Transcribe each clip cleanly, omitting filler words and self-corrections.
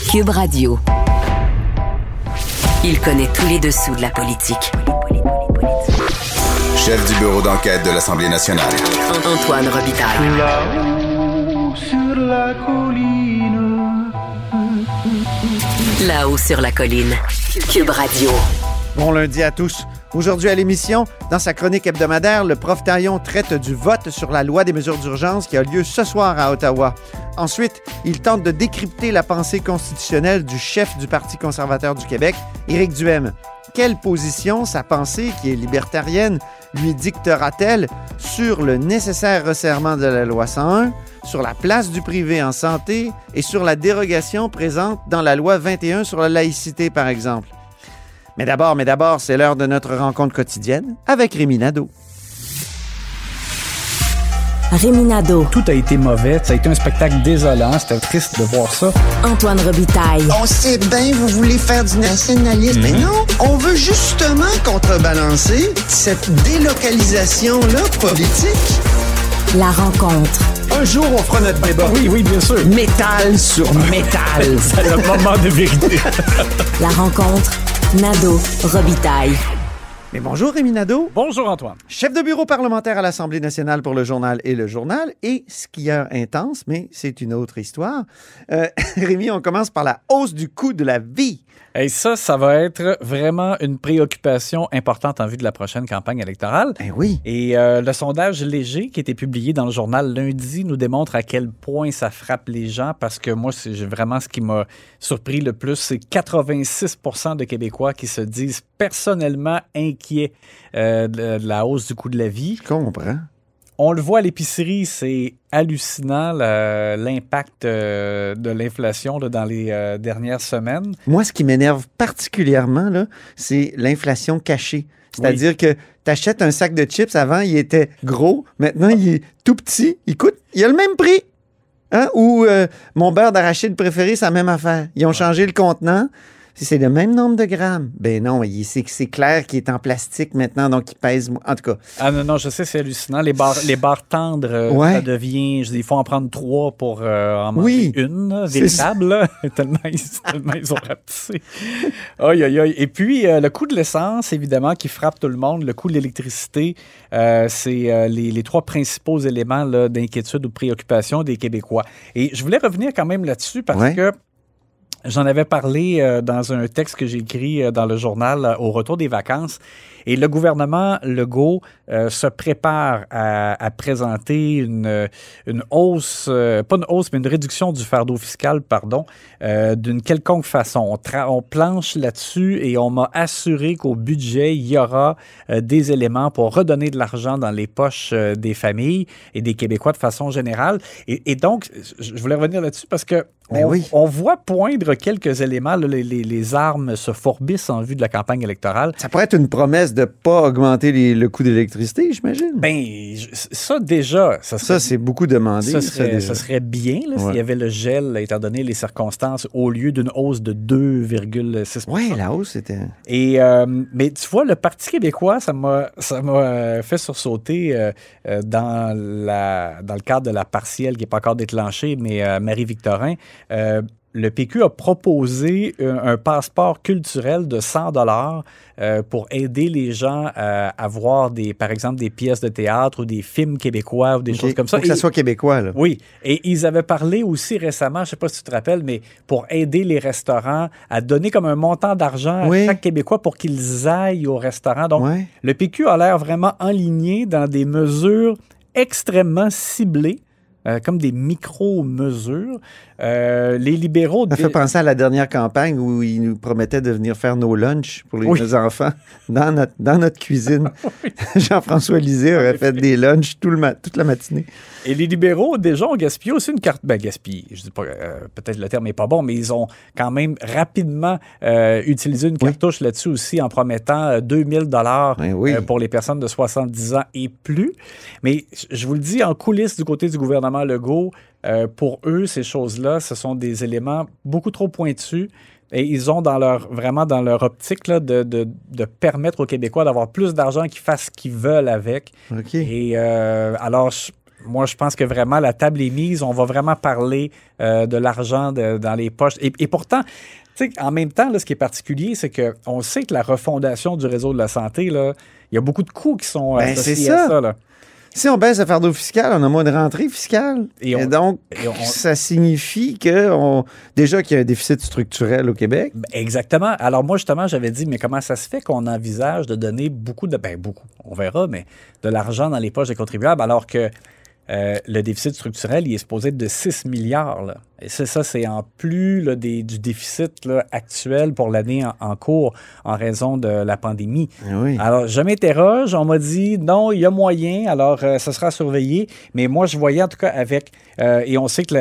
Cube Radio. Il connaît tous les dessous de la politique. Chef du bureau d'enquête de l'Assemblée nationale. Antoine Robitaille. Là-haut sur la colline. Là-haut sur la colline. Cube Radio. Bon lundi à tous. Aujourd'hui à l'émission, dans sa chronique hebdomadaire, le prof Taillon traite du vote sur la loi des mesures d'urgence qui a lieu ce soir à Ottawa. Ensuite, il tente de décrypter la pensée constitutionnelle du chef du Parti conservateur du Québec, Éric Duhaime. Quelle position sa pensée, qui est libertarienne, lui dictera-t-elle sur le nécessaire resserrement de la loi 101, sur la place du privé en santé et sur la dérogation présente dans la loi 21 sur la laïcité, par exemple? Mais d'abord, c'est l'heure de notre rencontre quotidienne avec Rémi Nadeau. Rémi Nadeau. Tout a été mauvais. Ça a été un spectacle désolant. C'était triste de voir ça. Antoine Robitaille. On sait bien, vous voulez faire du nationalisme. Mais non, on veut justement contrebalancer cette délocalisation-là politique. La rencontre. Un jour, on fera notre débat. Oui, bien sûr. Métal sur métal. C'est le moment de vérité. La rencontre. Nadeau, Robitaille. Mais bonjour Rémi Nadeau. Bonjour Antoine. Chef de bureau parlementaire à l'Assemblée nationale pour le journal et le journal et skieur intense, mais c'est une autre histoire. Rémi, on commence par la hausse du coût de la vie. Et ça va être vraiment une préoccupation importante en vue de la prochaine campagne électorale. Ben oui. Et le sondage léger qui a été publié dans le journal lundi nous démontre à quel point ça frappe les gens parce que moi, c'est vraiment ce qui m'a surpris le plus, c'est 86% de Québécois qui se disent personnellement inquiets de la hausse du coût de la vie. Je comprends. On le voit à l'épicerie, c'est hallucinant l'impact de l'inflation là, dans les dernières semaines. Moi, ce qui m'énerve particulièrement, là, c'est l'inflation cachée. C'est-à-dire que tu achètes un sac de chips, avant, il était gros. Maintenant, il est tout petit. Il a le même prix. Hein? Ou mon beurre d'arachide préféré, c'est la même affaire. Ils ont changé le contenant. C'est le même nombre de grammes. Ben non, c'est clair qu'il est en plastique maintenant, donc il pèse... En tout cas... Ah non, je sais, c'est hallucinant. Les barres tendres, ouais. Ça devient... Il faut en prendre 3 pour en manger une, véritable. Là. tellement ils ont rapetissé. Aïe, aïe, aïe. Et puis, le coût de l'essence, évidemment, qui frappe tout le monde. Le coût de l'électricité, c'est les 3 principaux éléments là, d'inquiétude ou de préoccupation des Québécois. Et je voulais revenir quand même là-dessus parce que j'en avais parlé dans un texte que j'ai écrit dans le journal au retour des vacances. Et le gouvernement Legault se prépare à présenter une hausse, pas une hausse, mais une réduction du fardeau fiscal, d'une quelconque façon. On planche là-dessus et on m'a assuré qu'au budget, il y aura des éléments pour redonner de l'argent dans les poches des familles et des Québécois de façon générale. Et donc, je voulais revenir là-dessus parce que on voit poindre quelques éléments. Là, les armes se fourbissent en vue de la campagne électorale. Ça pourrait être une promesse de ne pas augmenter le coût d'électricité, j'imagine. Bien, ça déjà... Ça, c'est beaucoup demandé. Ça serait bien là, s'il y avait le gel, là, étant donné les circonstances, au lieu d'une hausse de 2,6%. Oui, la hausse, c'était... Mais tu vois, le Parti québécois, ça m'a fait sursauter dans le cadre de la partielle qui n'est pas encore déclenchée, mais Marie-Victorin... le PQ a proposé un passeport culturel de 100 $ pour aider les gens à voir, par exemple, des pièces de théâtre ou des films québécois ou des choses comme ça. Pour que ça soit québécois, là. Oui. Et ils avaient parlé aussi récemment, je ne sais pas si tu te rappelles, mais pour aider les restaurants à donner comme un montant d'argent à chaque Québécois pour qu'ils aillent au restaurant. Donc, le PQ a l'air vraiment enligné dans des mesures extrêmement ciblées. Comme des micro-mesures. Les libéraux... Ça fait penser à la dernière campagne où ils nous promettaient de venir faire nos lunchs pour nos enfants dans notre cuisine. Jean-François Lisée aurait fait des lunchs toute la matinée. Et les libéraux, déjà, ont gaspillé aussi une carte... gaspillé, je dis pas... peut-être le terme n'est pas bon, mais ils ont quand même rapidement utilisé une cartouche là-dessus aussi en promettant 2000 $ pour les personnes de 70 ans et plus. Mais je vous le dis, en coulisses du côté du gouvernement Legault, pour eux, ces choses-là, ce sont des éléments beaucoup trop pointus et ils ont vraiment dans leur optique là, de permettre aux Québécois d'avoir plus d'argent, qu'ils fassent ce qu'ils veulent avec. Okay. Et alors, moi, je pense que vraiment la table est mise. On va vraiment parler de l'argent dans les poches. Et pourtant, en même temps, là, ce qui est particulier, c'est qu'on sait que la refondation du réseau de la santé, là, il y a beaucoup de coûts qui sont associés à ça. Là. Si on baisse le fardeau fiscal, on a moins de rentrée fiscale. Et donc, ça signifie déjà qu'il y a un déficit structurel au Québec. Exactement. Alors moi, justement, j'avais dit, mais comment ça se fait qu'on envisage de donner beaucoup, on verra, mais de l'argent dans les poches des contribuables, alors que le déficit structurel, il est supposé être de 6 milliards. Là. Et ça, c'est en plus là, du déficit là, actuel pour l'année en cours en raison de la pandémie. Oui. Alors, je m'interroge. On m'a dit, non, il y a moyen. Alors, ça sera surveillé. Mais moi, je voyais en tout cas avec... et on sait que,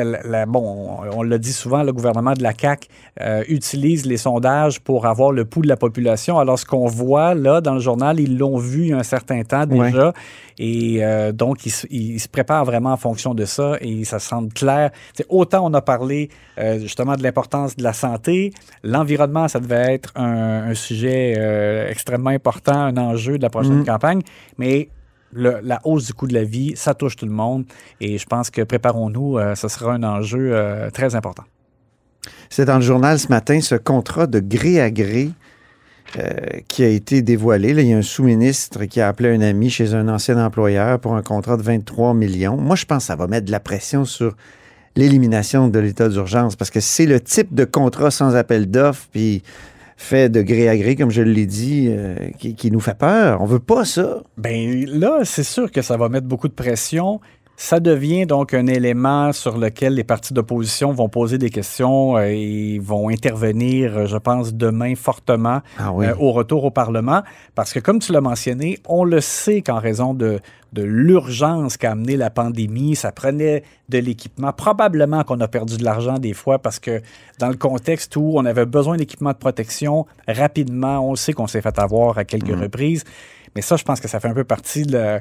on l'a dit souvent, le gouvernement de la CAQ utilise les sondages pour avoir le pouls de la population. Alors, ce qu'on voit là dans le journal, ils l'ont vu il y a un certain temps déjà. Ouais. Et donc, ils se préparent vraiment en fonction de ça et ça semble clair. T'sais, autant on a parlé justement de l'importance de la santé, l'environnement, ça devait être un sujet extrêmement important, un enjeu de la prochaine campagne, mais la hausse du coût de la vie, ça touche tout le monde et je pense que préparons-nous, ça sera un enjeu très important. C'est dans le journal ce matin, ce contrat de gré à gré qui a été dévoilé. Là, il y a un sous-ministre qui a appelé un ami chez un ancien employeur pour un contrat de 23 millions. Moi, je pense que ça va mettre de la pression sur l'élimination de l'état d'urgence parce que c'est le type de contrat sans appel d'offres puis fait de gré à gré, comme je l'ai dit, qui nous fait peur. On veut pas ça. Bien là, c'est sûr que ça va mettre beaucoup de pression. Ça devient donc un élément sur lequel les partis d'opposition vont poser des questions et vont intervenir, je pense, demain fortement au retour au Parlement. Parce que, comme tu l'as mentionné, on le sait qu'en raison de l'urgence qu'a amené la pandémie, ça prenait de l'équipement. Probablement qu'on a perdu de l'argent des fois parce que dans le contexte où on avait besoin d'équipement de protection rapidement, on sait qu'on s'est fait avoir à quelques reprises. Mais ça, je pense que ça fait un peu partie de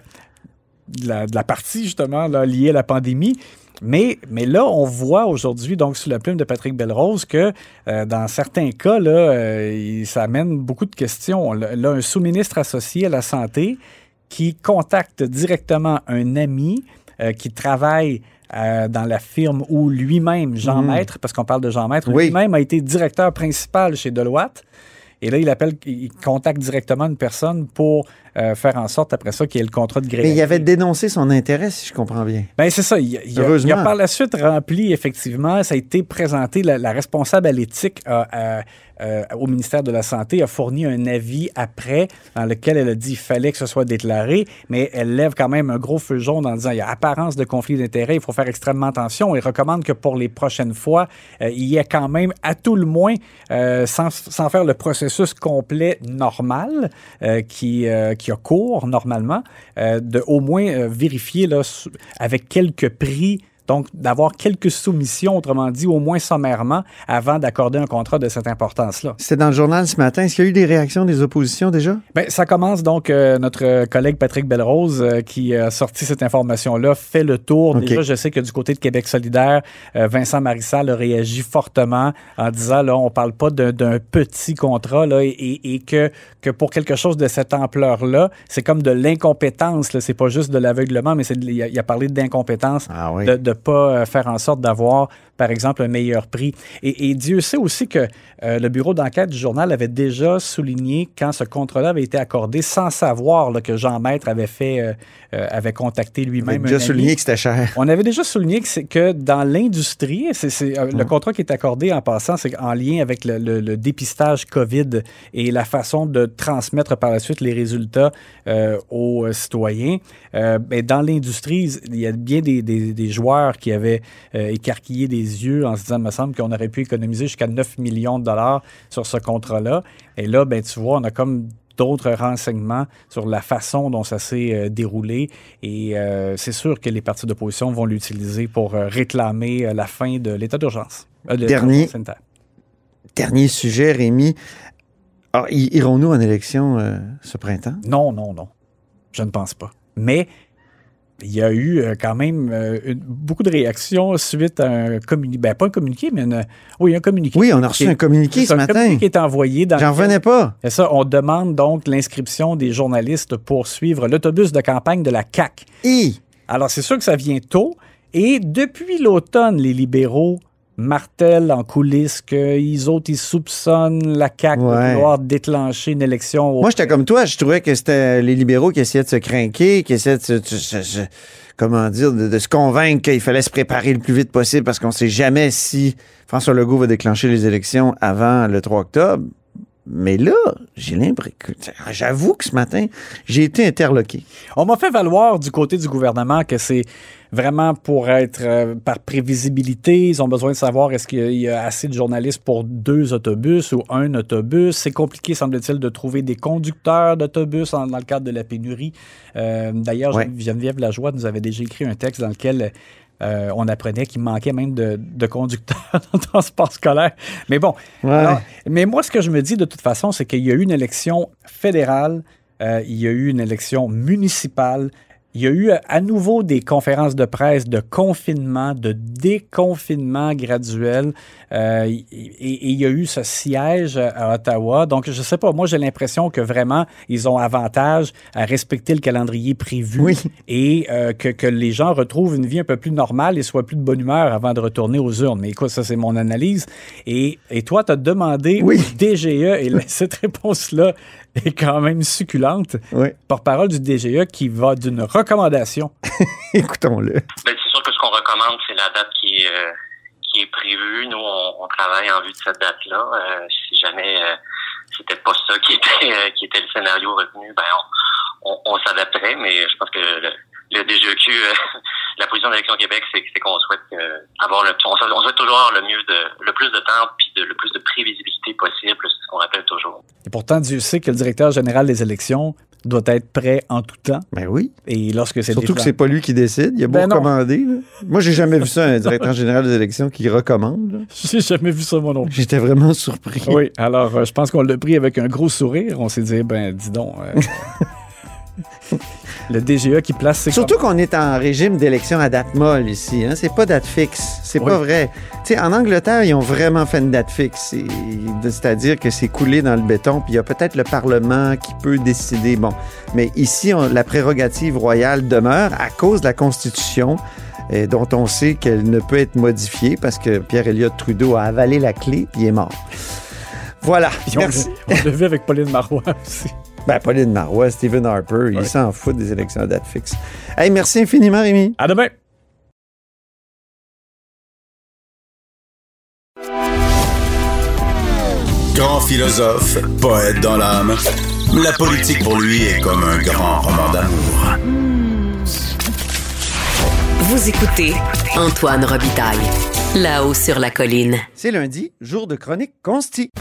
la partie, justement, là, liée à la pandémie. Mais là, on voit aujourd'hui, donc, sous la plume de Patrick Belrose, que dans certains cas, là, ça amène beaucoup de questions. Là, un sous-ministre associé à la santé qui contacte directement un ami qui travaille dans la firme où lui-même, Jean Maître, parce qu'on parle de Jean Maître, lui-même a été directeur principal chez Deloitte. Et là, il contacte directement une personne pour faire en sorte, après ça, qu'il y ait le contrat de gré. Mais il avait dénoncé son intérêt, si je comprends bien. Bien, c'est ça. Il a par la suite rempli, effectivement, ça a été présenté, la responsable à l'éthique au ministère de la Santé a fourni un avis après dans lequel elle a dit qu'il fallait que ce soit déclaré, mais elle lève quand même un gros feu jaune en disant qu'il y a apparence de conflit d'intérêts, il faut faire extrêmement attention et recommande que pour les prochaines fois, il y ait quand même, à tout le moins, sans faire le processus complet normal qui a cours normalement, de au moins vérifier là, avec quelques prix. Donc, d'avoir quelques soumissions, autrement dit, au moins sommairement, avant d'accorder un contrat de cette importance-là. C'était dans le journal ce matin. Est-ce qu'il y a eu des réactions des oppositions déjà? Bien, ça commence donc, notre collègue Patrick Belrose, qui a sorti cette information-là, fait le tour. Okay. Déjà, je sais que du côté de Québec solidaire, Vincent Marissal a réagi fortement en disant, là, on parle pas d'un petit contrat, là, et que pour quelque chose de cette ampleur-là, c'est comme de l'incompétence, là. C'est pas juste de l'aveuglement, mais il a parlé d'incompétence, de pas faire en sorte d'avoir, par exemple, un meilleur prix. Et Dieu sait aussi que le bureau d'enquête du journal avait déjà souligné quand ce contrat-là avait été accordé sans savoir là, que Jean Maître avait contacté lui-même. On avait déjà souligné que c'était cher. On avait déjà souligné que dans l'industrie, le contrat qui est accordé en passant, c'est en lien avec le dépistage COVID et la façon de transmettre par la suite les résultats aux citoyens. Mais dans l'industrie, il y a bien des joueurs qui avaient écarquillé des yeux en se disant, il me semble qu'on aurait pu économiser jusqu'à 9 millions de dollars sur ce contrat-là. Et là, ben, tu vois, on a comme d'autres renseignements sur la façon dont ça s'est déroulé. Et c'est sûr que les partis d'opposition vont l'utiliser pour réclamer la fin de l'état d'urgence. Dernier sujet, Rémi. Alors, irons-nous en élection ce printemps? Non. Je ne pense pas. Mais il y a eu quand même beaucoup de réactions suite à un communiqué. Ben, pas un communiqué, mais un communiqué. Oui, on a reçu un communiqué ce matin. Un communiqué qui est envoyé dans. J'en revenais pas. C'est ça. On demande donc l'inscription des journalistes pour suivre l'autobus de campagne de la CAQ. Alors, c'est sûr que ça vient tôt. Et depuis l'automne, les libéraux martèlent en coulisses qu'ils autres, ils soupçonnent la CAQ de vouloir déclencher une élection. Moi, j'étais comme toi. Je trouvais que c'était les libéraux qui essayaient de se crinquer, qui essayaient de se convaincre qu'il fallait se préparer le plus vite possible parce qu'on ne sait jamais si François Legault va déclencher les élections avant le 3 octobre. Mais là, j'ai l'impression... J'avoue que ce matin, j'ai été interloqué. On m'a fait valoir du côté du gouvernement que c'est vraiment pour être par prévisibilité. Ils ont besoin de savoir est-ce qu'il y a assez de journalistes pour 2 autobus ou 1 autobus. C'est compliqué, semble-t-il, de trouver des conducteurs d'autobus dans le cadre de la pénurie. D'ailleurs, Geneviève Lajoie nous avait déjà écrit un texte dans lequel... on apprenait qu'il manquait même de conducteurs dans le transport scolaire. Mais bon, alors, mais moi, ce que je me dis de toute façon, c'est qu'il y a eu une élection fédérale, il y a eu une élection municipale, il y a eu à nouveau des conférences de presse de confinement, de déconfinement graduel, et il y a eu ce siège à Ottawa. Donc, je sais pas, moi, j'ai l'impression que vraiment, ils ont avantage à respecter le calendrier prévu et que les gens retrouvent une vie un peu plus normale et soient plus de bonne humeur avant de retourner aux urnes. Mais écoute, ça, c'est mon analyse. Et toi, tu as demandé au DGE, et cette réponse-là est quand même succulente. Porte-parole du DGE qui va d'une recommandation. Écoutons-le. Ben, c'est sûr que ce qu'on recommande, c'est la date qui est prévue. Nous, on travaille en vue de cette date-là. Si jamais c'était pas ça qui était le scénario retenu, ben on s'adapterait. Mais je pense que le DGEQ, la position d'Élection Québec, c'est qu'on souhaite on souhaite toujours avoir le plus de temps puis le plus de prévisibilité possible. C'est ce qu'on rappelle toujours. Et pourtant, Dieu sait que le directeur général des élections doit être prêt en tout temps. Ben oui. Et lorsque c'est surtout que c'est pas lui qui décide. Il a beau recommander. Là. Moi, j'ai jamais vu ça, un directeur général des élections qui recommande. Là. J'ai jamais vu ça, moi non plus. J'étais vraiment surpris. Oui, alors je pense qu'on l'a pris avec un gros sourire. On s'est dit, ben dis donc... Le DGE qui place ses... Surtout qu'on est en régime d'élection à date molle ici. Hein? C'est pas date fixe. C'est pas vrai. Tu sais, en Angleterre, ils ont vraiment fait une date fixe. C'est-à-dire que c'est coulé dans le béton, puis il y a peut-être le Parlement qui peut décider. Bon, mais ici, la prérogative royale demeure à cause de la Constitution, dont on sait qu'elle ne peut être modifiée parce que Pierre-Éliott Trudeau a avalé la clé, puis il est mort. Voilà. Merci. On l'a vu avec Pauline Marois aussi. Ben, Pauline Marois, Stephen Harper, ils s'en foutent des élections à date fixe. Hey, merci infiniment, Rémi. À demain. Grand philosophe, poète dans l'âme, la politique pour lui est comme un grand roman d'amour. Vous écoutez Antoine Robitaille, là-haut sur la colline. C'est lundi, jour de chronique consti.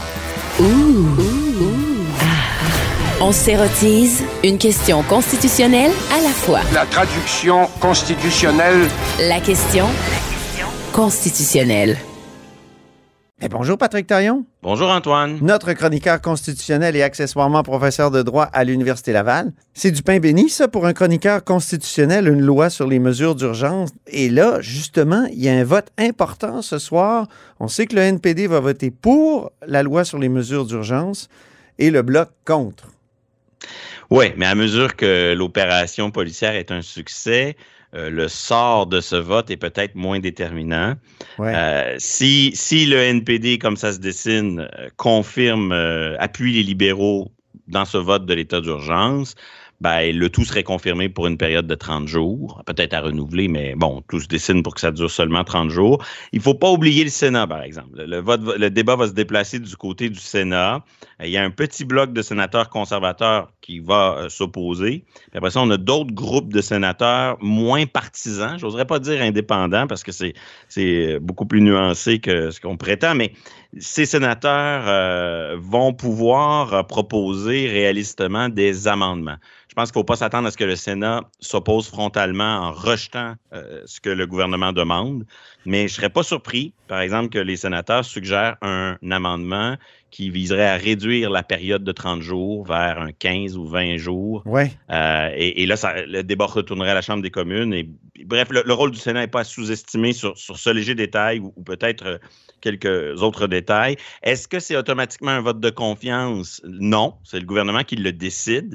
On s'érotise une question constitutionnelle à la fois. La traduction constitutionnelle. La question constitutionnelle. Et bonjour Patrick Taillon. Bonjour Antoine. Notre chroniqueur constitutionnel et accessoirement professeur de droit à l'Université Laval. C'est du pain béni, ça, pour un chroniqueur constitutionnel, une loi sur les mesures d'urgence. Et là, justement, il y a un vote important ce soir. On sait que le NPD va voter pour la loi sur les mesures d'urgence et le Bloc contre. Oui, mais à mesure que l'opération policière est un succès, le sort de ce vote est peut-être moins déterminant. Si le NPD, comme ça se dessine, appuie les libéraux dans ce vote de l'état d'urgence, ben, le tout serait confirmé pour une période de 30 jours, peut-être à renouveler, mais bon, tout se dessine pour que ça dure seulement 30 jours. Il ne faut pas oublier le Sénat, par exemple. Le débat va se déplacer du côté du Sénat. Il y a un petit bloc de sénateurs conservateurs qui va s'opposer. Puis après ça, on a d'autres groupes de sénateurs moins partisans. Je n'oserais pas dire indépendants parce que c'est beaucoup plus nuancé que ce qu'on prétend, mais ces sénateurs vont pouvoir proposer réalistement des amendements. Je pense qu'il ne faut pas s'attendre à ce que le Sénat s'oppose frontalement en rejetant ce que le gouvernement demande, mais je ne serais pas surpris, par exemple, que les sénateurs suggèrent un amendement qui viserait à réduire la période de 30 jours vers un 15 ou 20 jours. Ouais. Et là, le débat retournerait à la Chambre des communes. Et, bref, le rôle du Sénat n'est pas à sous-estimer sur ce léger détail ou peut-être quelques autres détails. Est-ce que c'est automatiquement un vote de confiance? Non, c'est le gouvernement qui le décide.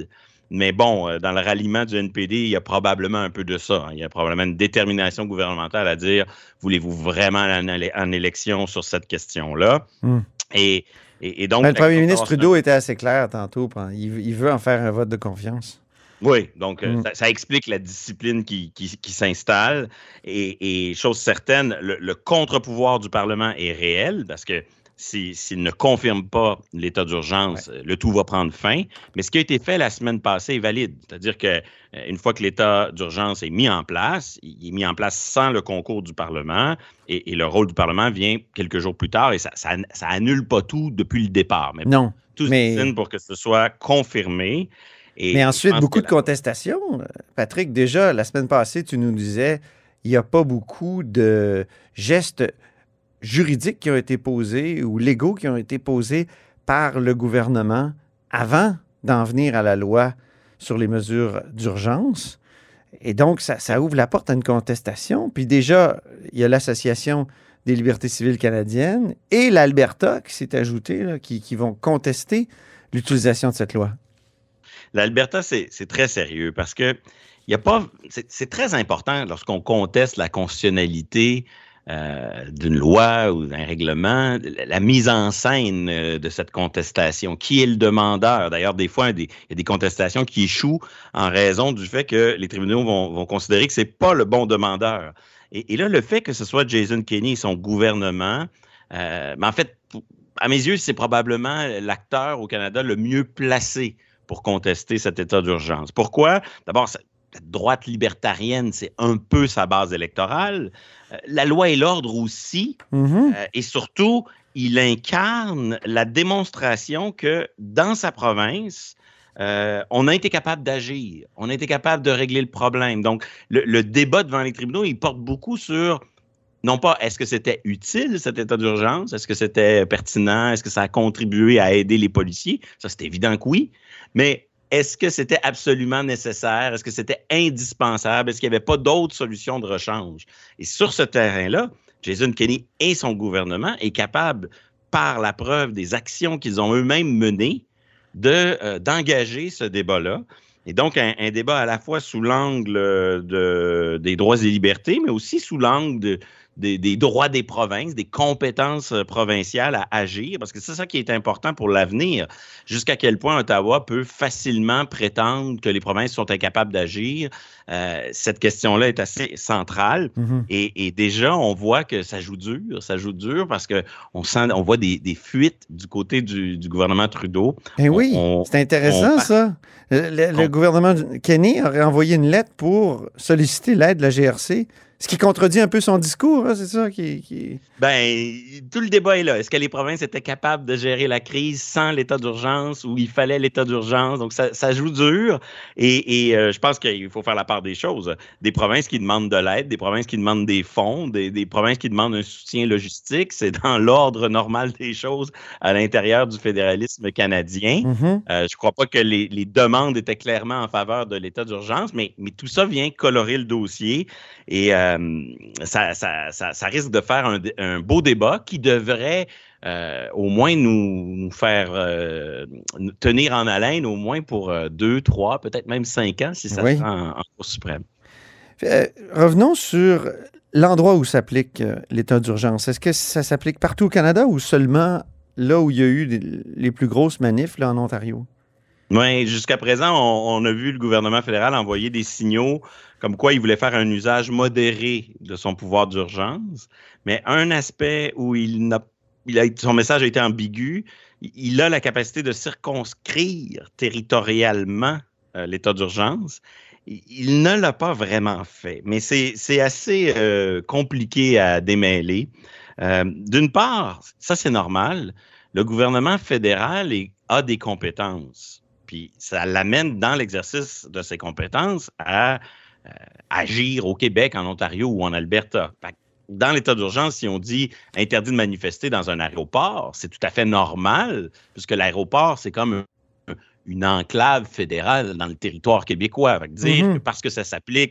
Mais bon, dans le ralliement du NPD, il y a probablement un peu de ça. Il y a probablement une détermination gouvernementale à dire, voulez-vous vraiment aller en élection sur cette question-là? Et donc, le premier ministre Trudeau était assez clair tantôt. Il veut en faire un vote de confiance. Oui, donc ça explique la discipline qui s'installe. Et chose certaine, le contre-pouvoir du Parlement est réel parce que s'il ne confirme pas l'état d'urgence, le tout va prendre fin. Mais ce qui a été fait la semaine passée est valide. C'est-à-dire qu'une fois que l'état d'urgence est mis en place, il est mis en place sans le concours du Parlement et le rôle du Parlement vient quelques jours plus tard et ça annule pas tout depuis le départ. Mais non. Tout se dessine pour que ce soit confirmé. Mais ensuite, beaucoup de contestations. Patrick, déjà, la semaine passée, tu nous disais il n'y a pas beaucoup de gestes juridiques qui ont été posés ou légaux qui ont été posés par le gouvernement avant d'en venir à la loi sur les mesures d'urgence. Et donc, ça ouvre la porte à une contestation. Puis déjà, il y a l'Association des libertés civiles canadiennes et l'Alberta qui s'est ajouté, là, qui vont contester l'utilisation de cette loi. L'Alberta, c'est très sérieux parce que c'est très important lorsqu'on conteste la constitutionnalité d'une loi ou d'un règlement, la mise en scène de cette contestation. Qui est le demandeur? D'ailleurs, des fois, il y a des contestations qui échouent en raison du fait que les tribunaux vont considérer que c'est pas le bon demandeur. Et là, le fait que ce soit Jason Kenney et son gouvernement, mais en fait, à mes yeux, c'est probablement l'acteur au Canada le mieux placé pour contester cet état d'urgence. Pourquoi? D'abord, la droite libertarienne, c'est un peu sa base électorale. La loi et l'ordre aussi. Et surtout, il incarne la démonstration que dans sa province, on a été capable d'agir. On a été capable de régler le problème. Donc, le débat devant les tribunaux, il porte beaucoup sur, non pas est-ce que c'était utile cet état d'urgence, est-ce que c'était pertinent, est-ce que ça a contribué à aider les policiers? Ça, c'est évident que oui. Mais est-ce que c'était absolument nécessaire? Est-ce que c'était indispensable? Est-ce qu'il n'y avait pas d'autres solutions de rechange? Et sur ce terrain-là, Jason Kenney et son gouvernement est capable, par la preuve des actions qu'ils ont eux-mêmes menées, d'engager ce débat-là. Et donc, un débat à la fois sous l'angle des droits et libertés, mais aussi sous l'angle des droits des provinces, des compétences provinciales à agir, parce que c'est ça qui est important pour l'avenir. Jusqu'à quel point Ottawa peut facilement prétendre que les provinces sont incapables d'agir. Cette question-là est assez centrale. Et déjà, on voit que ça joue dur parce qu'on voit des fuites du côté du gouvernement Trudeau. Eh oui, c'est intéressant ça. Le gouvernement Kenney aurait envoyé une lettre pour solliciter l'aide de la GRC. Ce qui contredit un peu son discours, hein, c'est ça qui... Bien, tout le débat est là. Est-ce que les provinces étaient capables de gérer la crise sans l'état d'urgence ou il fallait l'état d'urgence? Donc, ça joue dur et je pense qu'il faut faire la part des choses. Des provinces qui demandent de l'aide, des provinces qui demandent des fonds, des provinces qui demandent un soutien logistique, c'est dans l'ordre normal des choses à l'intérieur du fédéralisme canadien. Je ne crois pas que les demandes étaient clairement en faveur de l'état d'urgence, mais tout ça vient colorer le dossier et ça risque de faire un beau débat qui devrait au moins nous faire tenir en haleine au moins pour 2, 3, peut-être même 5 ans si ça se rend en Cour suprême. Revenons sur l'endroit où s'applique l'état d'urgence. Est-ce que ça s'applique partout au Canada ou seulement là où il y a eu les plus grosses manifs là, en Ontario? Oui, jusqu'à présent, on a vu le gouvernement fédéral envoyer des signaux comme quoi il voulait faire un usage modéré de son pouvoir d'urgence. Mais un aspect où son message a été ambigu, il a la capacité de circonscrire territorialement l'état d'urgence. Il ne l'a pas vraiment fait, mais c'est assez compliqué à démêler. D'une part, ça c'est normal, le gouvernement fédéral a des compétences. Puis ça l'amène dans l'exercice de ses compétences à agir au Québec, en Ontario ou en Alberta. Dans l'état d'urgence, si on dit interdit de manifester dans un aéroport, c'est tout à fait normal, puisque l'aéroport, c'est comme une enclave fédérale dans le territoire québécois. Dire que parce que ça s'applique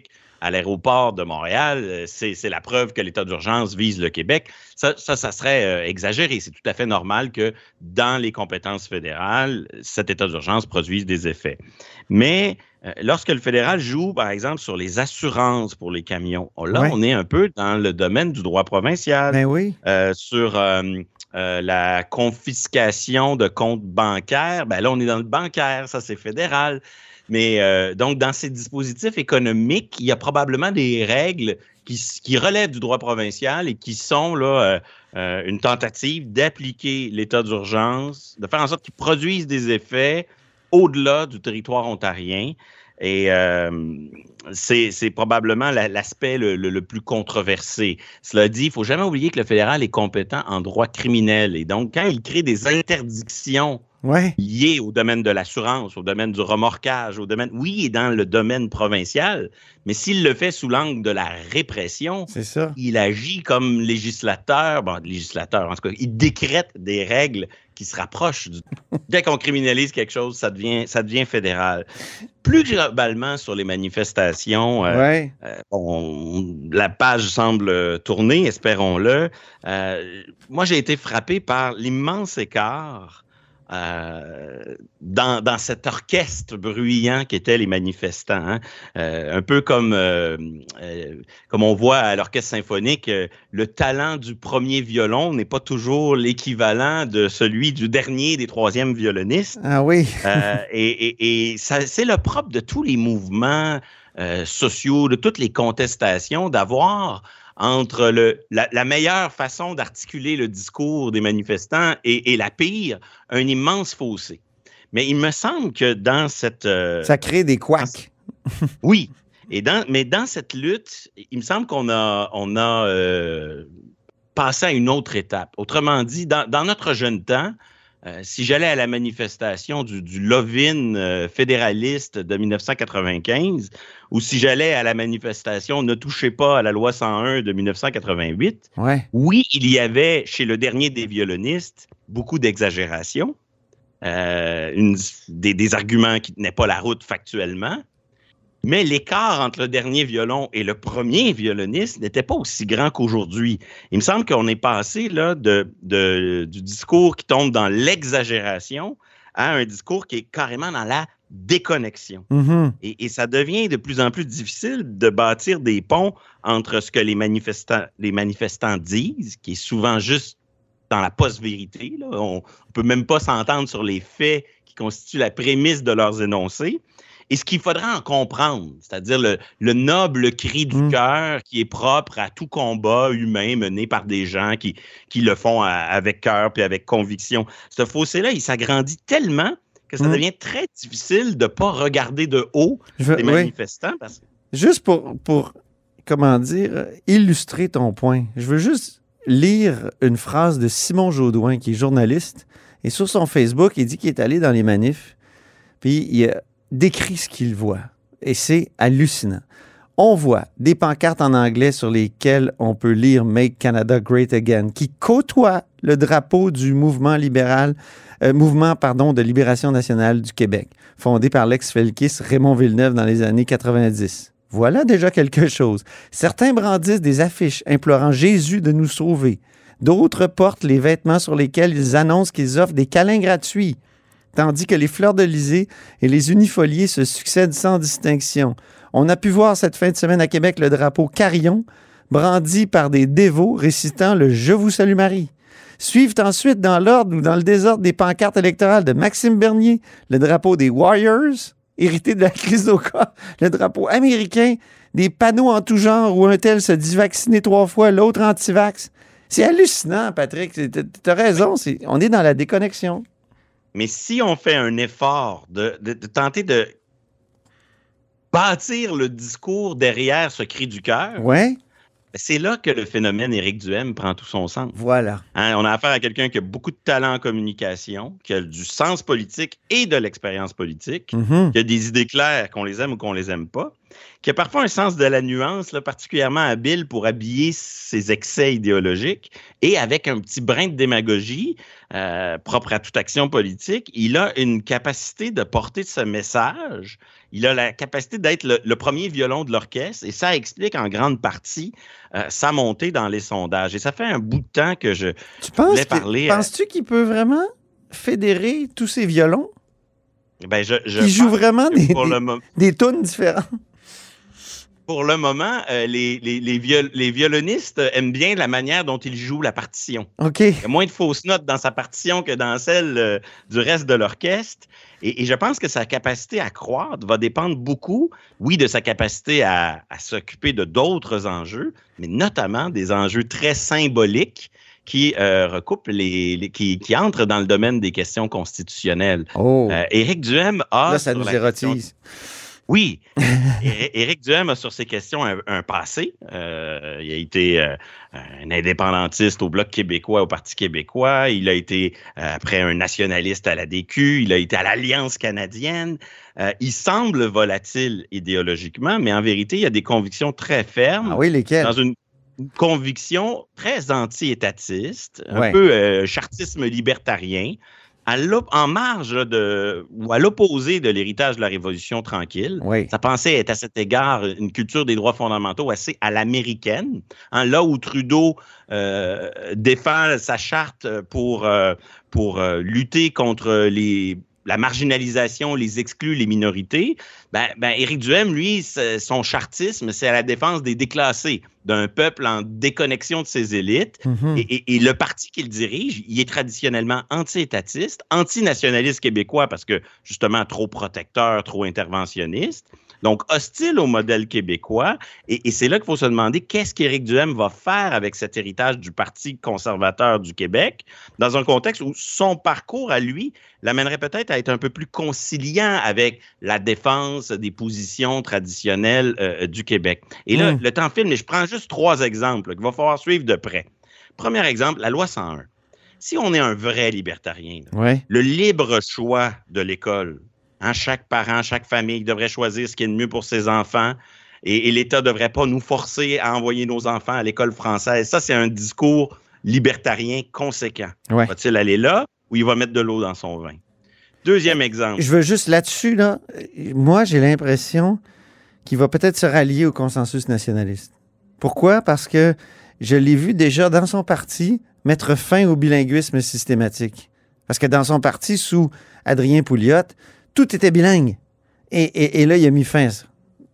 à l'aéroport de Montréal, c'est la preuve que l'état d'urgence vise le Québec. Ça serait exagéré. C'est tout à fait normal que dans les compétences fédérales, cet état d'urgence produise des effets. Mais lorsque le fédéral joue, par exemple, sur les assurances pour les camions, là, on est un peu dans le domaine du droit provincial. Ben oui. Sur la confiscation de comptes bancaires, ben là, on est dans le bancaire, ça, c'est fédéral. Mais donc, dans ces dispositifs économiques, il y a probablement des règles qui relèvent du droit provincial et qui sont là une tentative d'appliquer l'état d'urgence, de faire en sorte qu'il produise des effets au-delà du territoire ontarien. Et c'est probablement l'aspect le plus controversé. Cela dit, il ne faut jamais oublier que le fédéral est compétent en droit criminel. Et donc, quand il crée des interdictions liées au domaine de l'assurance, au domaine du remorquage, oui, il est dans le domaine provincial, mais s'il le fait sous l'angle de la répression, il agit comme législateur, en tout cas, il décrète des règles qui se rapprochent. Dès qu'on criminalise quelque chose, ça devient fédéral. Plus globalement sur les manifestations, la page semble tourner, espérons-le. Moi, j'ai été frappé par l'immense écart dans cet orchestre bruyant qu'étaient les manifestants. Un peu comme on voit à l'orchestre symphonique, le talent du premier violon n'est pas toujours l'équivalent de celui du dernier des troisièmes violonistes. Ah oui. Et c'est le propre de tous les mouvements sociaux, de toutes les contestations, d'avoir entre la meilleure façon d'articuler le discours des manifestants et la pire, un immense fossé. Mais il me semble que dans cette... ça crée des couacs. Oui. Mais dans cette lutte, il me semble qu'on a passé à une autre étape. Autrement dit, dans notre jeune temps, si j'allais à la manifestation du Lovin fédéraliste de 1995 ou si j'allais à la manifestation « Ne touchez pas à la loi 101 » de 1988, oui, il y avait chez le dernier des violonistes beaucoup d'exagération, des arguments qui ne tenaient pas la route factuellement, mais l'écart entre le dernier violon et le premier violoniste n'était pas aussi grand qu'aujourd'hui. Il me semble qu'on est passé là, du discours qui tombe dans l'exagération à un discours qui est carrément dans la déconnexion. Mm-hmm. Et ça devient de plus en plus difficile de bâtir des ponts entre ce que les manifestants disent, qui est souvent juste dans la post-vérité. Là. On ne peut même pas s'entendre sur les faits qui constituent la prémisse de leurs énoncés. Et ce qu'il faudra en comprendre, c'est-à-dire le noble cri du cœur qui est propre à tout combat humain mené par des gens qui le font avec cœur puis avec conviction. Ce fossé-là, il s'agrandit tellement que ça devient très difficile de ne pas regarder de haut les manifestants. Parce que... Juste pour, comment dire, illustrer ton point, je veux juste lire une phrase de Simon Jaudoin, qui est journaliste, et sur son Facebook, il dit qu'il est allé dans les manifs, puis il a décrit ce qu'il voit. Et c'est hallucinant. On voit des pancartes en anglais sur lesquelles on peut lire « Make Canada Great Again » qui côtoient le drapeau du mouvement de libération nationale du Québec, fondé par l'ex-felkiste Raymond Villeneuve dans les années 90. Voilà déjà quelque chose. Certains brandissent des affiches implorant Jésus de nous sauver. D'autres portent les vêtements sur lesquels ils annoncent qu'ils offrent des câlins gratuits. Tandis que les fleurs-de-lysée et les unifoliés se succèdent sans distinction. On a pu voir cette fin de semaine à Québec le drapeau Carillon, brandi par des dévots récitant le « Je vous salue Marie ». Suivent ensuite dans l'ordre ou dans le désordre des pancartes électorales de Maxime Bernier, le drapeau des Warriors, hérité de la crise d'Oka, le drapeau américain, des panneaux en tout genre où un tel se dit vacciné 3 fois, l'autre anti-vax. C'est hallucinant, Patrick. T'as raison, on est dans la déconnexion. Mais si on fait un effort de tenter de bâtir le discours derrière ce cri du cœur, c'est là que le phénomène Éric Duhaime prend tout son sens. Voilà. On a affaire à quelqu'un qui a beaucoup de talent en communication, qui a du sens politique et de l'expérience politique, qui a des idées claires, qu'on les aime ou qu'on les aime pas. qui a parfois un sens de la nuance, là, particulièrement habile pour habiller ses excès idéologiques, et avec un petit brin de démagogie propre à toute action politique, il a une capacité de porter ce message. Il a la capacité d'être le premier violon de l'orchestre, et ça explique en grande partie sa montée dans les sondages. Et ça fait un bout de temps que je voulais parler. Penses-tu qu'il peut vraiment fédérer tous ces violons? Ben, il joue vraiment des tunes différentes. Pour le moment, les violonistes aiment bien la manière dont ils jouent la partition. OK. Il y a moins de fausses notes dans sa partition que dans celle du reste de l'orchestre. Et je pense que sa capacité à croître va dépendre beaucoup, oui, de sa capacité à s'occuper de d'autres enjeux, mais notamment des enjeux très symboliques qui recoupent qui entrent dans le domaine des questions constitutionnelles. Oh. Éric Duhem a... Là, ça nous érotise. Oui, Éric Duhem a sur ces questions un passé. Il a été un indépendantiste au Bloc québécois, au Parti québécois. Il a été, après, un nationaliste à la DQ. Il a été à l'Alliance canadienne. Il semble volatile idéologiquement, mais en vérité, il a des convictions très fermes. Ah oui, lesquelles? Dans une conviction très anti-étatiste, un peu chartisme libertarien. En marge ou à l'opposé de l'héritage de la Révolution tranquille. Oui. Sa pensée est à cet égard une culture des droits fondamentaux assez à l'américaine. Là où Trudeau défend sa charte pour lutter contre la marginalisation, les exclus, les minorités, Éric Duhem, lui, son chartisme, c'est à la défense des déclassés, d'un peuple en déconnexion de ses élites. Mm-hmm. Et le parti qu'il dirige, il est traditionnellement anti-étatiste, anti-nationaliste québécois parce que, justement, trop protecteur, trop interventionniste. Donc, hostile au modèle québécois. Et c'est là qu'il faut se demander qu'est-ce qu'Éric Duhem va faire avec cet héritage du Parti conservateur du Québec dans un contexte où son parcours à lui l'amènerait peut-être à être un peu plus conciliant avec la défense des positions traditionnelles du Québec. Et là, le temps file, mais je prends juste 3 exemples qu'il va falloir suivre de près. Premier exemple, la loi 101. Si on est un vrai libertarien, le libre choix de l'école, chaque parent, chaque famille devrait choisir ce qui est le mieux pour ses enfants et l'État ne devrait pas nous forcer à envoyer nos enfants à l'école française. Ça, c'est un discours libertarien conséquent. Ouais. Va-t-il aller là ou il va mettre de l'eau dans son vin? Deuxième exemple. Je veux juste là-dessus, moi, j'ai l'impression qu'il va peut-être se rallier au consensus nationaliste. Pourquoi? Parce que je l'ai vu déjà dans son parti mettre fin au bilinguisme systématique. Parce que dans son parti, sous Adrien Pouliot, tout était bilingue. Et là, il a mis fin à ça.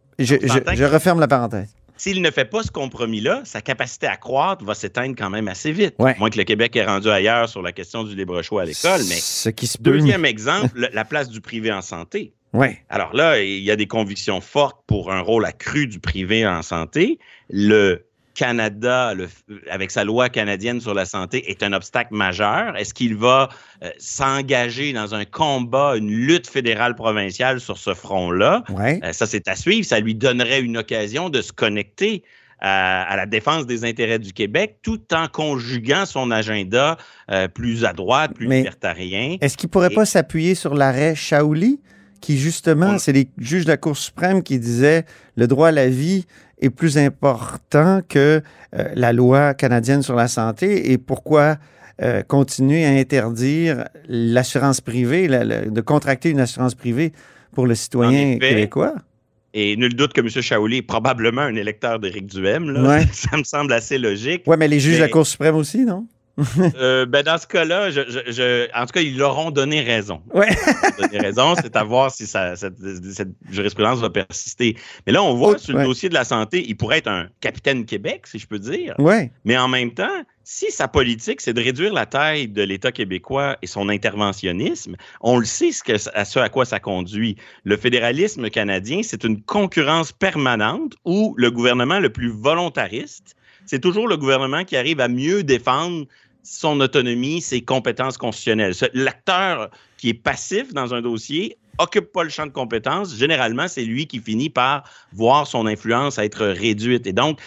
Je referme la parenthèse. S'il ne fait pas ce compromis-là, sa capacité à croître va s'éteindre quand même assez vite. Ouais. Moins que le Québec est rendu ailleurs sur la question du libre choix à l'école. Mais ce qui se deuxième exemple, la place du privé en santé. Ouais. Alors là, il y a des convictions fortes pour un rôle accru du privé en santé. Le Canada, avec sa loi canadienne sur la santé, est un obstacle majeur. Est-ce qu'il va s'engager dans un combat, une lutte fédérale provinciale sur ce front-là? Ouais. Ça, c'est à suivre. Ça lui donnerait une occasion de se connecter à la défense des intérêts du Québec, tout en conjuguant son agenda plus à droite, plus libertarien. Est-ce qu'il ne pourrait pas s'appuyer sur l'arrêt Shaoli, qui justement, c'est les juges de la Cour suprême qui disaient le droit à la vie est plus important que la loi canadienne sur la santé, et pourquoi continuer à interdire l'assurance privée, de contracter une assurance privée pour le citoyen québécois? Et nul doute que M. Shaoli est probablement un électeur d'Éric Duhem. Là. Ouais. Ça me semble assez logique. Oui, mais les juges de la Cour suprême aussi, non? Dans ce cas-là, en tout cas, ils leur ont donné raison. Ouais. Ils ont donné raison, c'est à voir si cette jurisprudence va persister. Mais là, on voit sur le dossier de la santé, il pourrait être un capitaine Québec, si je peux dire. Ouais. Mais en même temps, si sa politique, c'est de réduire la taille de l'État québécois et son interventionnisme, on le sait ce à quoi ça conduit. Le fédéralisme canadien, c'est une concurrence permanente où le gouvernement le plus volontariste, c'est toujours le gouvernement qui arrive à mieux défendre son autonomie, ses compétences constitutionnelles. L'acteur qui est passif dans un dossier occupe pas le champ de compétences. Généralement, c'est lui qui finit par voir son influence être réduite. Et donc,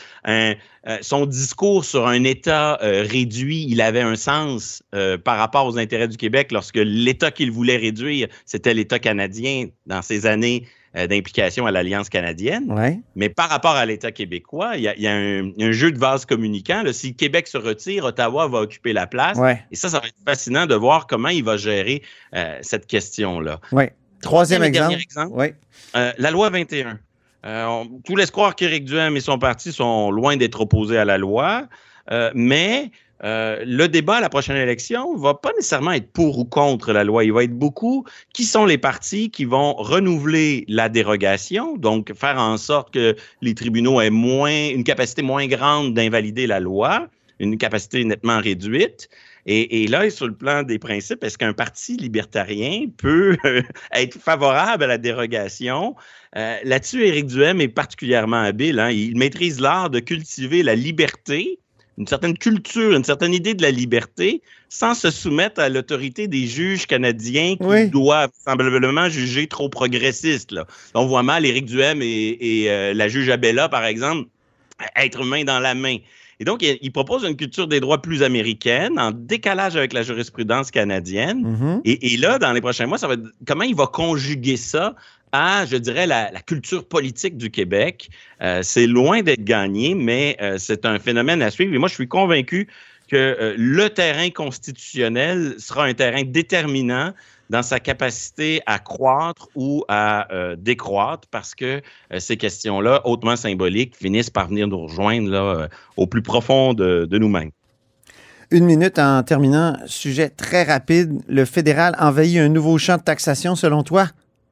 son discours sur un État réduit, il avait un sens par rapport aux intérêts du Québec lorsque l'État qu'il voulait réduire, c'était l'État canadien dans ces années d'implication à l'Alliance canadienne. Ouais. Mais par rapport à l'État québécois, il y a un jeu de vase communicant. Là. Si le Québec se retire, Ottawa va occuper la place. Ouais. Et ça va être fascinant de voir comment il va gérer cette question-là. Oui. Troisième exemple. Oui. La loi 21. Tout laisse croire qu'Éric Duhem et son parti sont loin d'être opposés à la loi, mais le débat à la prochaine élection ne va pas nécessairement être pour ou contre la loi. Il va être beaucoup qui sont les partis qui vont renouveler la dérogation, donc faire en sorte que les tribunaux aient une capacité moins grande d'invalider la loi, une capacité nettement réduite. Et là, sur le plan des principes, est-ce qu'un parti libertarien peut être favorable à la dérogation? Là-dessus, Éric Duhem est particulièrement habile. Hein? Il maîtrise l'art de cultiver la liberté, une certaine culture, une certaine idée de la liberté, sans se soumettre à l'autorité des juges canadiens qui doivent semblablement juger trop progressistes. Là. On voit mal Éric Duhem et la juge Abella, par exemple, être main dans la main. Et donc, il propose une culture des droits plus américaine, en décalage avec la jurisprudence canadienne. Mm-hmm. Et là, dans les prochains mois, ça va être comment il va conjuguer ça à, je dirais, la culture politique du Québec. C'est loin d'être gagné, mais c'est un phénomène à suivre. Et moi, je suis convaincu que le terrain constitutionnel sera un terrain déterminant dans sa capacité à croître ou à décroître, parce que ces questions-là, hautement symboliques, finissent par venir nous rejoindre là, au plus profond de nous-mêmes. 1 minute en terminant. Sujet très rapide. Le fédéral envahit un nouveau champ de taxation, selon toi?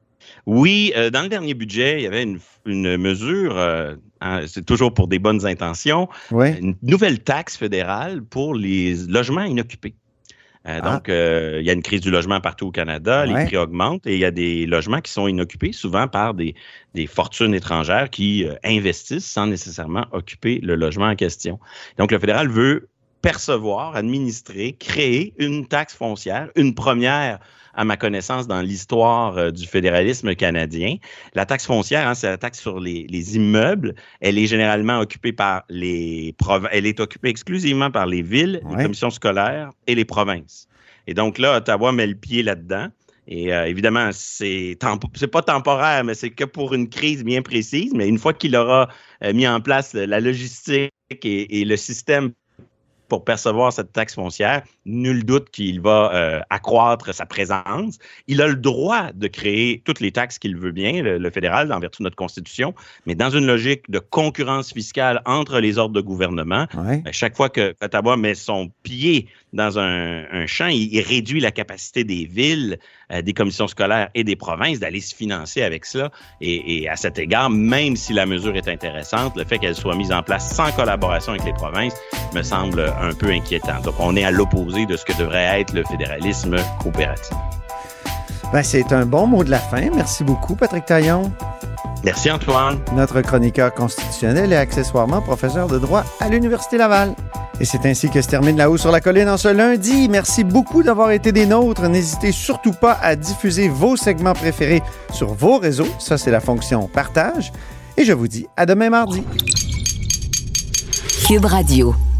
Oui, dans le dernier budget, il y avait une mesure, c'est toujours pour des bonnes intentions, une nouvelle taxe fédérale pour les logements inoccupés. Donc, il y a une crise du logement partout au Canada, les prix augmentent et il y a des logements qui sont inoccupés, souvent par des fortunes étrangères qui investissent sans nécessairement occuper le logement en question. Donc, le fédéral veut percevoir, administrer, créer une taxe foncière, une première à ma connaissance, dans l'histoire du fédéralisme canadien. La taxe foncière, c'est la taxe sur les immeubles. Elle est généralement occupée par elle est occupée exclusivement par les villes, les commissions scolaires et les provinces. Et donc là, Ottawa met le pied là-dedans. Et évidemment, c'est pas temporaire, mais c'est que pour une crise bien précise. Mais une fois qu'il aura mis en place la logistique et le système pour percevoir cette taxe foncière, nul doute qu'il va accroître sa présence. Il a le droit de créer toutes les taxes qu'il veut bien, le fédéral, en vertu de notre Constitution, mais dans une logique de concurrence fiscale entre les ordres de gouvernement. Chaque fois que Ottawa met son pied dans un champ, il réduit la capacité des villes, des commissions scolaires et des provinces d'aller se financer avec ça. Et à cet égard, même si la mesure est intéressante, le fait qu'elle soit mise en place sans collaboration avec les provinces me semble un peu inquiétant. Donc, on est à l'opposé de ce que devrait être le fédéralisme coopératif. Ben, c'est un bon mot de la fin. Merci beaucoup, Patrick Taillon. Merci, Antoine. Notre chroniqueur constitutionnel et accessoirement professeur de droit à l'Université Laval. Et c'est ainsi que se termine La Haut sur la Colline en ce lundi. Merci beaucoup d'avoir été des nôtres. N'hésitez surtout pas à diffuser vos segments préférés sur vos réseaux. Ça, c'est la fonction partage. Et je vous dis à demain mardi. Cube Radio.